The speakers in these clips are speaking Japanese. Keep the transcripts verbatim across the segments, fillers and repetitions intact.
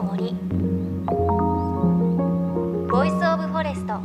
の森ボイスオブフォレスト。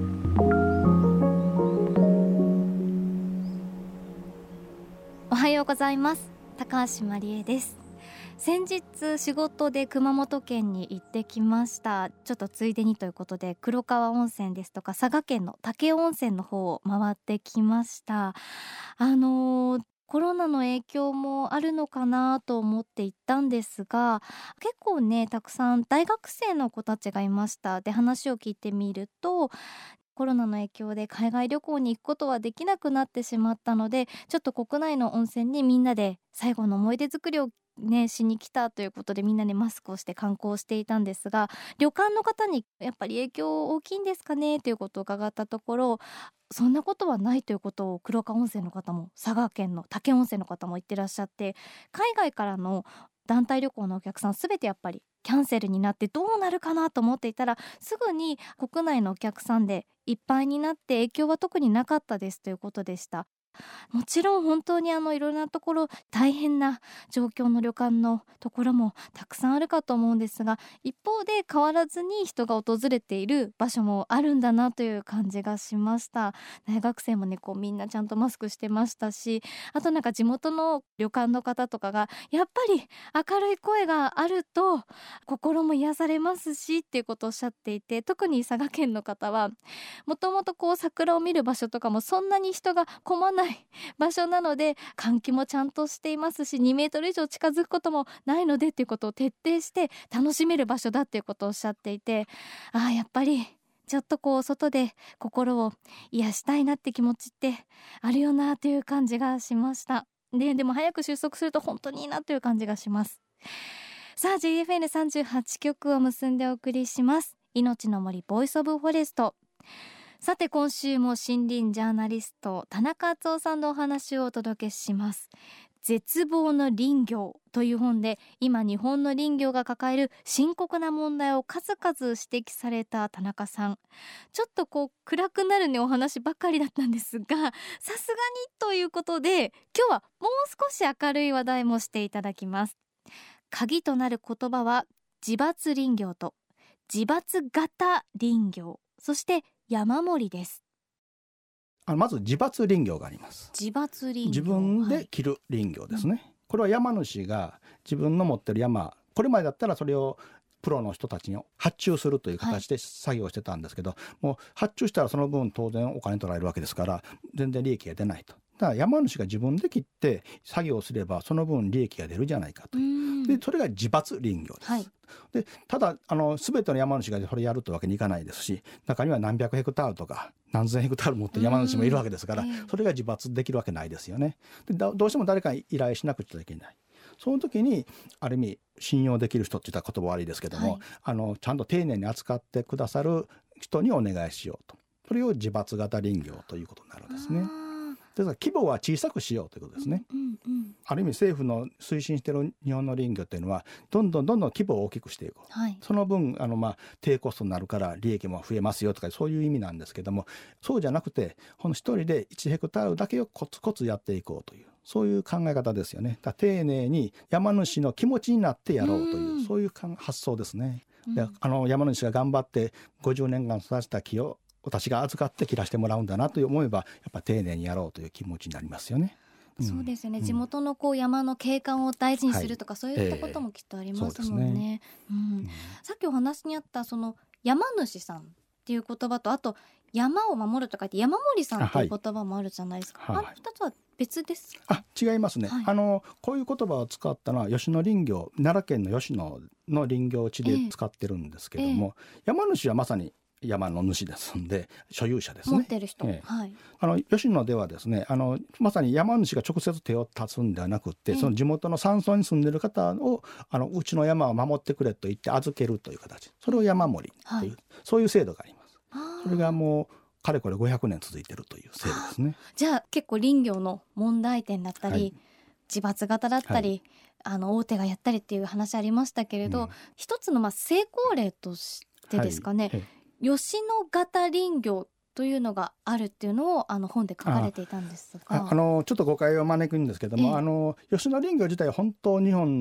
おはようございます。高橋まりえです。先日仕事で熊本県に行ってきました。ちょっとついでにということで黒川温泉ですとか佐賀県の武雄温泉の方を回ってきました。あのーコロナの影響もあるのかなと思って行ったんですが、結構ねたくさん大学生の子たちがいました。で話を聞いてみると、コロナの影響で海外旅行に行くことはできなくなってしまったので、ちょっと国内の温泉にみんなで最後の思い出作りをねしに来たということで、みんなでマスクをして観光していたんですが、旅館の方にやっぱり影響大きいんですかねということを伺ったところ、そんなことはないということを黒川温泉の方も佐賀県の武雄温泉の方も言ってらっしゃって、海外からの団体旅行のお客さんすべてやっぱりキャンセルになってどうなるかなと思っていたら、すぐに国内のお客さんでいっぱいになって影響は特になかったですということでした。もちろん本当にあのいろんなところ大変な状況の旅館のところもたくさんあるかと思うんですが、一方で変わらずに人が訪れている場所もあるんだなという感じがしました。大学生もねこうみんなちゃんとマスクしてましたし、あとなんか地元の旅館の方とかがやっぱり明るい声があると心も癒されますしっていうことをおっしゃっていて、特に佐賀県の方はもともとこう桜を見る場所とかもそんなに人が混まない場所なので、換気もちゃんとしていますしにメートル以上近づくこともないのでっていうことを徹底して楽しめる場所だっていうことをおっしゃっていて、ああやっぱりちょっとこう外で心を癒したいなって気持ちってあるよなという感じがしました。で、でも早く収束すると本当にいいなという感じがします。さあ ジェイエフエヌさんじゅうはち 局を結んでお送りします命の森ボイスオブフォレスト。さて今週も森林ジャーナリスト田中敦夫さんのお話をお届けします。絶望の林業という本で今日本の林業が抱える深刻な問題を数々指摘された田中さん、ちょっとこう暗くなるねお話ばかりだったんですが、さすがにということで今日はもう少し明るい話題もしていただきます。鍵となる言葉は自伐林業と自伐型林業、そして山盛りです。 あまず自伐林業があります。 自伐林業、 自分で切る林業ですね、はい、これは山主が自分の持ってる山、これまでだったらそれをプロの人たちに発注するという形で作業してたんですけど、はい、もう発注したらその分当然お金取られるわけですから全然利益が出ないと。だから山主が自分で切って作業すればその分利益が出るじゃないかという、でそれが自伐林業です、はい、でただあの全ての山主がそれやるというわけにいかないですし、中には何百ヘクタールとか何千ヘクタール持ってる山主もいるわけですから、それが自伐できるわけないですよね。でどうしても誰かに依頼しなくちゃいけない。その時にある意味信用できる人って言ったら言葉悪いですけども、はい、あのちゃんと丁寧に扱ってくださる人にお願いしようと、それを自伐型林業ということになるんですね。ですから規模は小さくしようということですね、うんうんうん、ある意味政府の推進している日本の林業というのはどんどんどんどん規模を大きくしていく、はい、その分あの、まあ、低コストになるから利益も増えますよとかそういう意味なんですけども、そうじゃなくてこの一人でいちヘクタールだけをコツコツやっていこうという、そういう考え方ですよね。だ丁寧に山主の気持ちになってやろうという、うそういう発想ですね、うん、であの山主が頑張ってごじゅうねんかん育てた木を私が預かって切らしてもらうんだなと思えばやっぱ丁寧にやろうという気持ちになりますよね、 うん、そうですよね、うん、地元のこう山の景観を大事にするとか、はい、そういったこともきっとありますもんね、えーうんうん、さっきお話にあったその山主さんっていう言葉と、あと山を守ると書いて山森さんっていう言葉もあるじゃないですか、はい、あれふたつは別ですか？ あ違いますね、はい、あのこういう言葉を使ったのは吉野林業、奈良県の吉野の林業地で使ってるんですけども、えーえー、山主はまさに山の主ですんで所有者ですね、 持ってる人、ええはい、 あの吉野ではですね、あのまさに山主が直接手を立つんではなくて、ええ、その地元の山村に住んでいる方をあのうちの山を守ってくれと言って預けるという形、それを山守りという、はい、そういう制度があります。それがもうかれこれごひゃくねん続いているという制度ですね。 じゃあ結構林業の問題点だったり、はい、自伐型だったり、はい、あの大手がやったりっていう話ありましたけれど、うん、一つのまあ成功例としてですかね、はい吉野型林業というのがあるっていうのをあの本で書かれていたんですが、 ああのちょっと誤解を招くんですけども、ええ、あの吉野林業自体は本当日本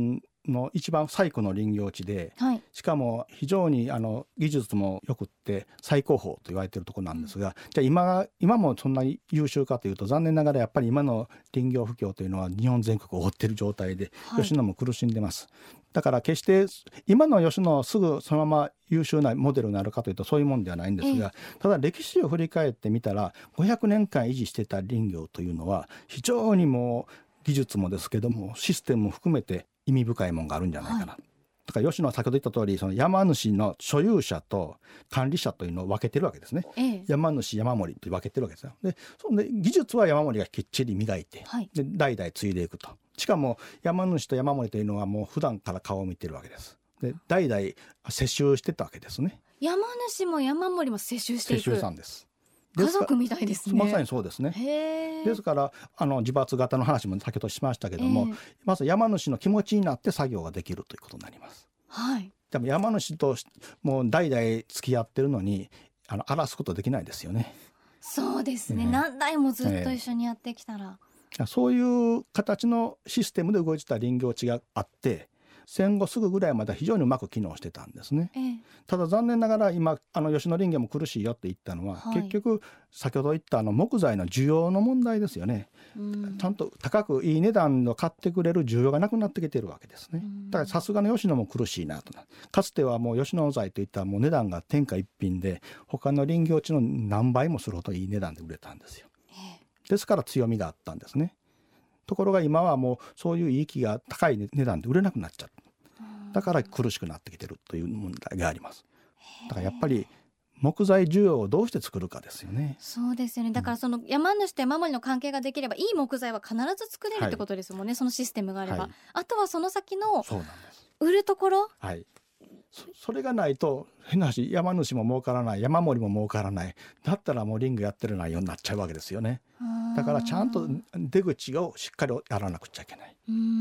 の一番最古の林業地で、 はい、 しかも非常にあの技術もよくって最高峰と言われているところなんですが、うん、じゃあ 今, 今もそんなに優秀かというと残念ながらやっぱり今の林業不況というのは日本全国を覆っている状態で、はい、吉野も苦しんでます。だから決して今の吉野すぐそのまま優秀なモデルになるかというとそういうもんではないんですが、ただ歴史を振り返ってみたらごひゃくねんかん維持してた林業というのは非常にもう技術もですけどもシステムも含めて意味深いものがあるんじゃないかな、はい、だから吉野は先ほど言った通りその山主の所有者と管理者というのを分けてるわけですね、ええ、山主山守と分けてるわけですよ。でそんで技術は山守がきっちり磨いて、はい、で代々継いでいくと。しかも山主と山守というのはもう普段から顔を見てるわけです。で代々接収してたわけですね。 山主も山守も接収していく。 接収さんです。 家族みたいですね。 まさにそうですね。 へですからあの自伐型の話も先ほどしましたけども、まず山主の気持ちになって作業ができるということになります。 はい、 でも山主ともう代々付き合ってるのにあの荒らすことできないですよね。 そうですね、ね、何代もずっと一緒にやってきたら、 えー、そういう形のシステムで動いてた林業地があって戦後すぐぐらいまで非常にうまく機能してたんですね、ええ、ただ残念ながら今あの吉野林業も苦しいよって言ったのは、はい、結局先ほど言ったあの木材の需要の問題ですよね、うん、ちゃんと高くいい値段の買ってくれる需要がなくなってきてるわけですね、うん、だからさすがの吉野も苦しいなと。かつてはもう吉野材といったらもう値段が天下一品で他の林業地の何倍もするほどいい値段で売れたんですよ、ええ、ですから強みがあったんですね。ところが今はもうそういういい木が高い値段で売れなくなっちゃう。だから苦しくなってきてるという問題があります。だからやっぱり木材需要をどうして作るかですよね。 そうですよね。だからその山主と山守りの関係ができればいい木材は必ず作れるってことですもんね、はい、そのシステムがあれば、はい、あとはその先の売るところ、 はい、そ, それがないと変な話山主も儲からない山守りも儲からないだったらもう林業やってる内容になっちゃうわけですよね。だからちゃんと出口をしっかりやらなくちゃいけない。 うーん、うん、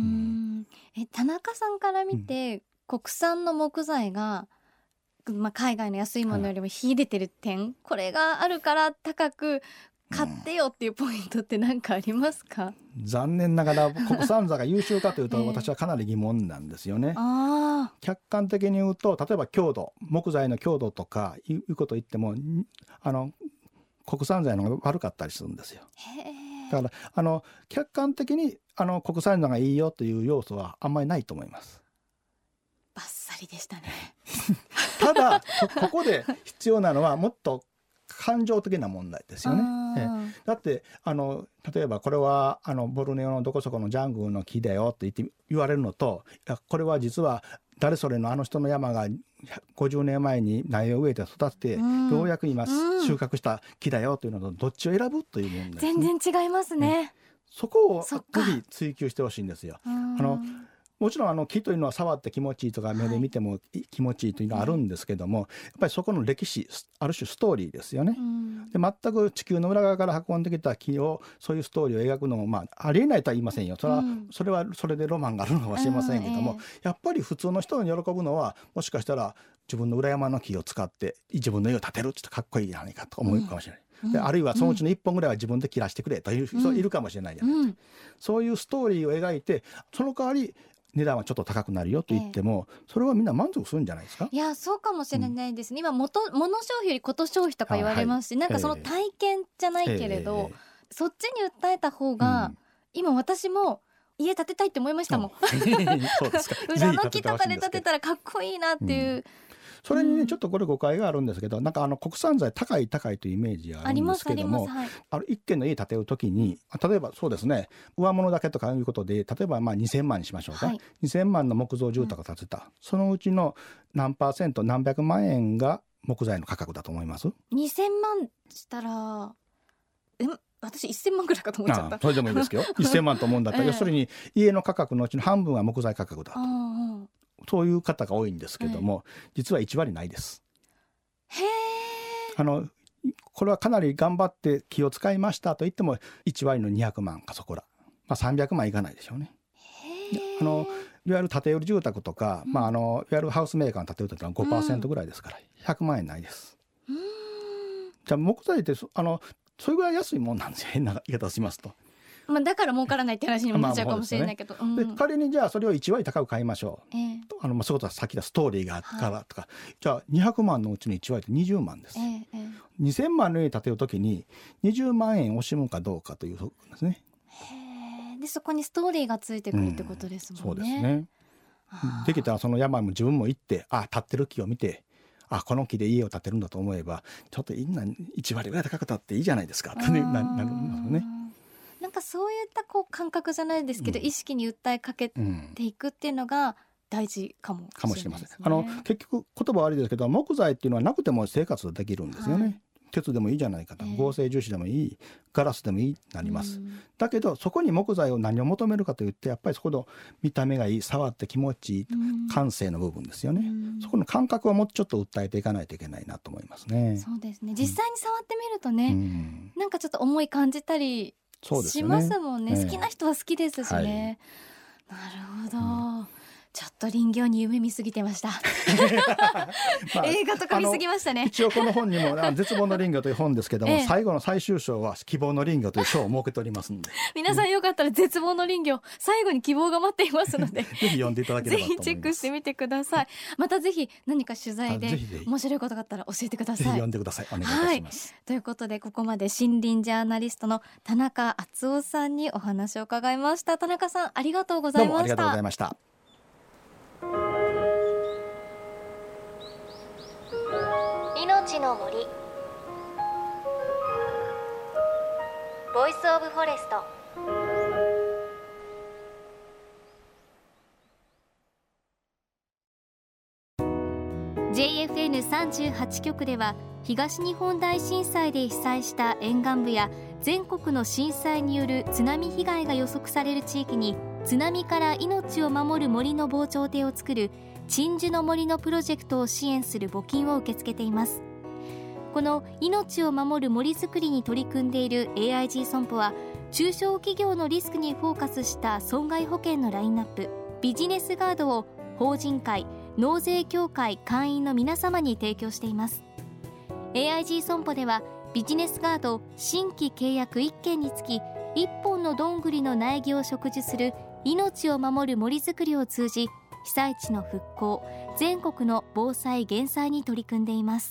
え田中さんから見て、うん、国産の木材が、まあ、海外の安いものよりも秀でてる点、はい、これがあるから高く買ってよっていうポイントって何かありますか？ うん、残念ながら国産材が優秀かというと私はかなり疑問なんですよね、えー、あ客観的に言うと例えば強度木材の強度とかいうことを言ってもあの国産材の方が悪かったりするんですよ。だからあの客観的にあの国産材がいいよという要素はあんまりないと思います。 バッサリでしたねただここで必要なのはもっと感情的な問題ですよね。えだってあの例えばこれはあのボルネオのどこそこのジャングルの木だよって言って言われるのと、いやこれは実は誰それのあの人の山がごじゅうねんまえに苗を植えて育てて、うん、ようやく今収穫した木だよというのとどっちを選ぶという問題ですね。 全然違いますね、 ね、そこをぜひ追求してほしいんですよ。あのもちろんあの木というのは触って気持ちいいとか目で見ても気持ちいいというのはあるんですけども、はい、やっぱりそこの歴史ある種ストーリーですよね、うん、で全く地球の裏側から運んできた木をそういうストーリーを描くのも、まあ、ありえないとは言いませんよ。それは、うん、それはそれでロマンがあるのかもしれませんけども、うんえー、やっぱり普通の人に喜ぶのはもしかしたら自分の裏山の木を使って自分の家を建てるってかっこいいじゃないかと思うかもしれない、うん、であるいはそのうちのいっぽんぐらいは自分で切らしてくれという人いるかもしれないじゃない、うん、そういうストーリーを描いてその代わり値段はちょっと高くなるよと言っても、えー、それはみんな満足するんじゃないですか。 いやそうかもしれないですね、うん、今元物消費よりこと消費とか言われますし、はい、なんかその体験じゃないけれど、えー、そっちに訴えた方が、うん、今私も家建てたいって思いましたもん、うん、そうですか裏の木とかで建てたらかっこいいなっていう、うん、 それにねちょっとこれ誤解があるんですけど、なんかあの国産材高い高いというイメージがあるんですけども、はい、あの一軒の家建てるときに例えばそうですね上物だけとかいうことで例えばまあにせんまんにしましょうか、はい、にせんまんの木造住宅を建てた、うん、そのうちの何パーセント何百万円が木材の価格だと思います？ にせんまんしたらえ私いっせんまんぐらいかと思っちゃった。 ああそれでもいいですけどいっせんまんと思うんだったら、ええ、要するに家の価格のうちの半分は木材価格だと、そういう方が多いんですけども、ええ、実はいちわりないです。 へー。あのこれはかなり頑張って木を使いましたと言ってもいちわりのにひゃくまんかそこら、まあ、さんびゃくまんいかないでしょうね。 へあのいわゆる建て売り住宅とか、うんまあ、あのいわゆるハウスメーカーの建て売りというのは ごパーセント ぐらいですから、うん、ひゃくまんえんないです。うーんじゃあ木材ってあのそれぐらい安いもんなんですよ、変な言い方をしますと。 まあ、だから儲からないって話にもなっちゃうかもしれないけど、 まあで、ねうん、で仮にじゃあそれをいちわり高く買いましょう、 えー、 あのまあそういうことは先だストーリーがあるからとか、はい、じゃあにひゃくまんのうちのいちわりってにじゅうまんです、えーえー、にせんまんの家建てるときににじゅうまんえん惜しむかどうかということですね。 へでそこにストーリーがついてくるってことですもんね、うん、そうですね。 できたらその山も自分も行ってあ立ってる木を見てあこの木で家を建てるんだと思えばちょっといいないちわりぐらい高く建っていいじゃないですかって、ね、な, なるんですよね。 なんかそういったこう感覚じゃないですけど、うん、意識に訴えかけていくっていうのが大事かもしれないですね。かもしれません。 あの結局言葉悪いですけど木材っていうのはなくても生活できるんですよね、はい、鉄でもいいじゃないかと、えー、合成樹脂でもいいガラスでもいいなります、うん、だけどそこに木材を何を求めるかといってやっぱりそこの見た目がいい触って気持ちいい、うん、感性の部分ですよね、うん、そこの感覚をもうちょっと訴えていかないといけないなと思いますね。 そうですね、実際に触ってみるとね、うん、なんかちょっと思い感じたりしますもんね。好きな人は好きですしね、はい、なるほど、うん、ちょっと林業に夢見すぎてました、まあ、映画とか見すぎましたね。 一応この本にも絶望の林業という本ですけども、ええ、最後の最終章は希望の林業という章を設けておりますので皆さんよかったら絶望の林業、最後に希望が待っていますのでぜひ読んでいただければと思います。 ぜひチェックしてみてください。またぜひ何か取材で面白いことがあったら教えてください。ぜひ読んでください。お願いいたします、 はい、ということでここまで森林ジャーナリストの田中敦夫さんにお話を伺いました。田中さんありがとうございました。 どうもありがとうございました。 命の森ボイスオブフォレスト。ジェイエフエヌさんじゅうはち 局では東日本大震災で被災した沿岸部や全国の震災による津波被害が予測される地域に津波から命を守る森の防潮堤を作る鎮守の森のプロジェクトを支援する募金を受け付けています。この命を守る森づくりに取り組んでいる エーアイジー 損保は中小企業のリスクにフォーカスした損害保険のラインナップビジネスガードを法人会納税協会会員の皆様に提供しています。 エーアイジー 損保ではビジネスガード新規契約いっけんにつきいっぽんのどんぐりの苗木を植樹する命を守る森づくりを通じ被災地の復興全国の防災減災に取り組んでいます。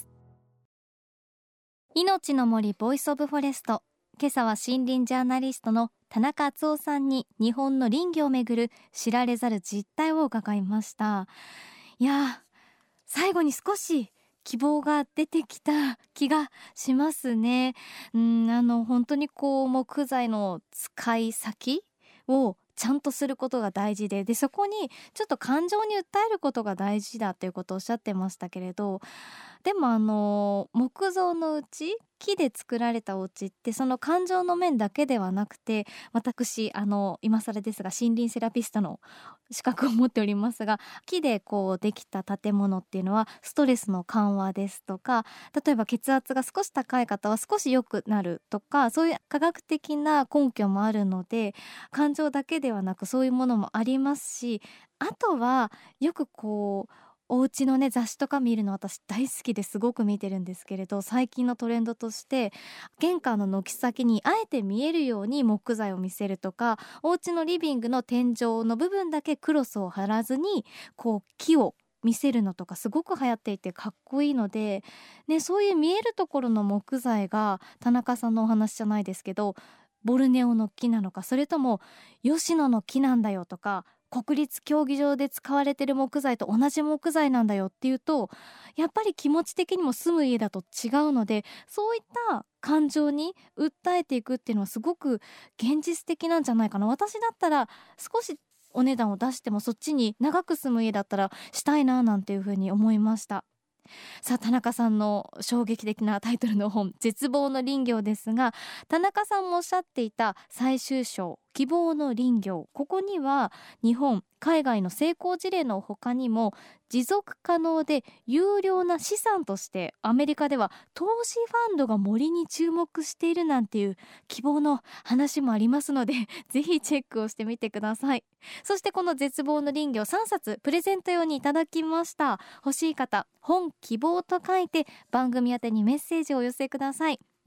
命の森ボイスオブフォレスト、今朝は森林ジャーナリストの田中敦夫さんに日本の林業をめぐる知られざる実態を伺いました。いや最後に少し希望が出てきた気がしますね。うんあの本当にこう木材の使い先をちゃんとすることが大事で、でそこにちょっと感情に訴えることが大事だということをおっしゃってましたけれど、でもあの木造のうち木で作られたお家ってその感情の面だけではなくて、私あの今更ですが森林セラピストの資格を持っておりますが、木でこうできた建物っていうのはストレスの緩和ですとか、例えば血圧が少し高い方は少し良くなるとか、そういう科学的な根拠もあるので、感情だけではなくそういうものもありますし、あとはよくこうお家のね雑誌とか見るの私大好きですごく見てるんですけれど、最近のトレンドとして玄関の軒先にあえて見えるように木材を見せるとか、お家のリビングの天井の部分だけクロスを張らずにこう木を見せるのとかすごく流行っていてかっこいいので、ね、そういう見えるところの木材が田中さんのお話じゃないですけどボルネオの木なのか、それとも吉野の木なんだよとか国立競技場で使われている木材と同じ木材なんだよっていうと、やっぱり気持ち的にも住む家だと違うので、そういった感情に訴えていくっていうのはすごく現実的なんじゃないかな。私だったら少しお値段を出してもそっちに長く住む家だったらしたいななんていうふうに思いました。さあ田中さんの衝撃的なタイトルの本絶望の林業ですが、田中さんもおっしゃっていた最終章希望の林業、ここには日本海外の成功事例の他にも持続可能で有料な資産としてアメリカでは投資ファンドが森に注目しているなんていう希望の話もありますのでぜひチェックをしてみてください。そしてこの絶望の林業さんさつプレゼント用にいただきました。欲しい方本希望と書いて番組宛てにメッセージをお寄せください。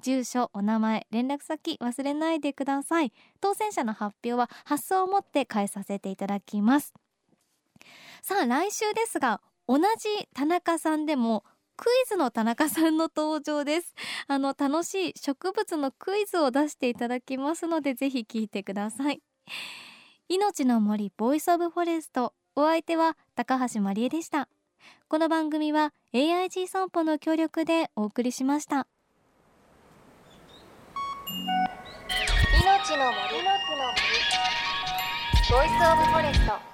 住所、お名前、連絡先忘れないでください。当選者の発表は発送をもって返させていただきます。さあ来週ですが、同じ田中さんでもクイズの田中さんの登場です。あの楽しい植物のクイズを出していただきますので、ぜひ聞いてください。命の森ボイスオブフォレスト、お相手は高橋まりえでした。この番組は エーアイジー 損保の協力でお送りしました。 命の森ボイスオブフォレスト。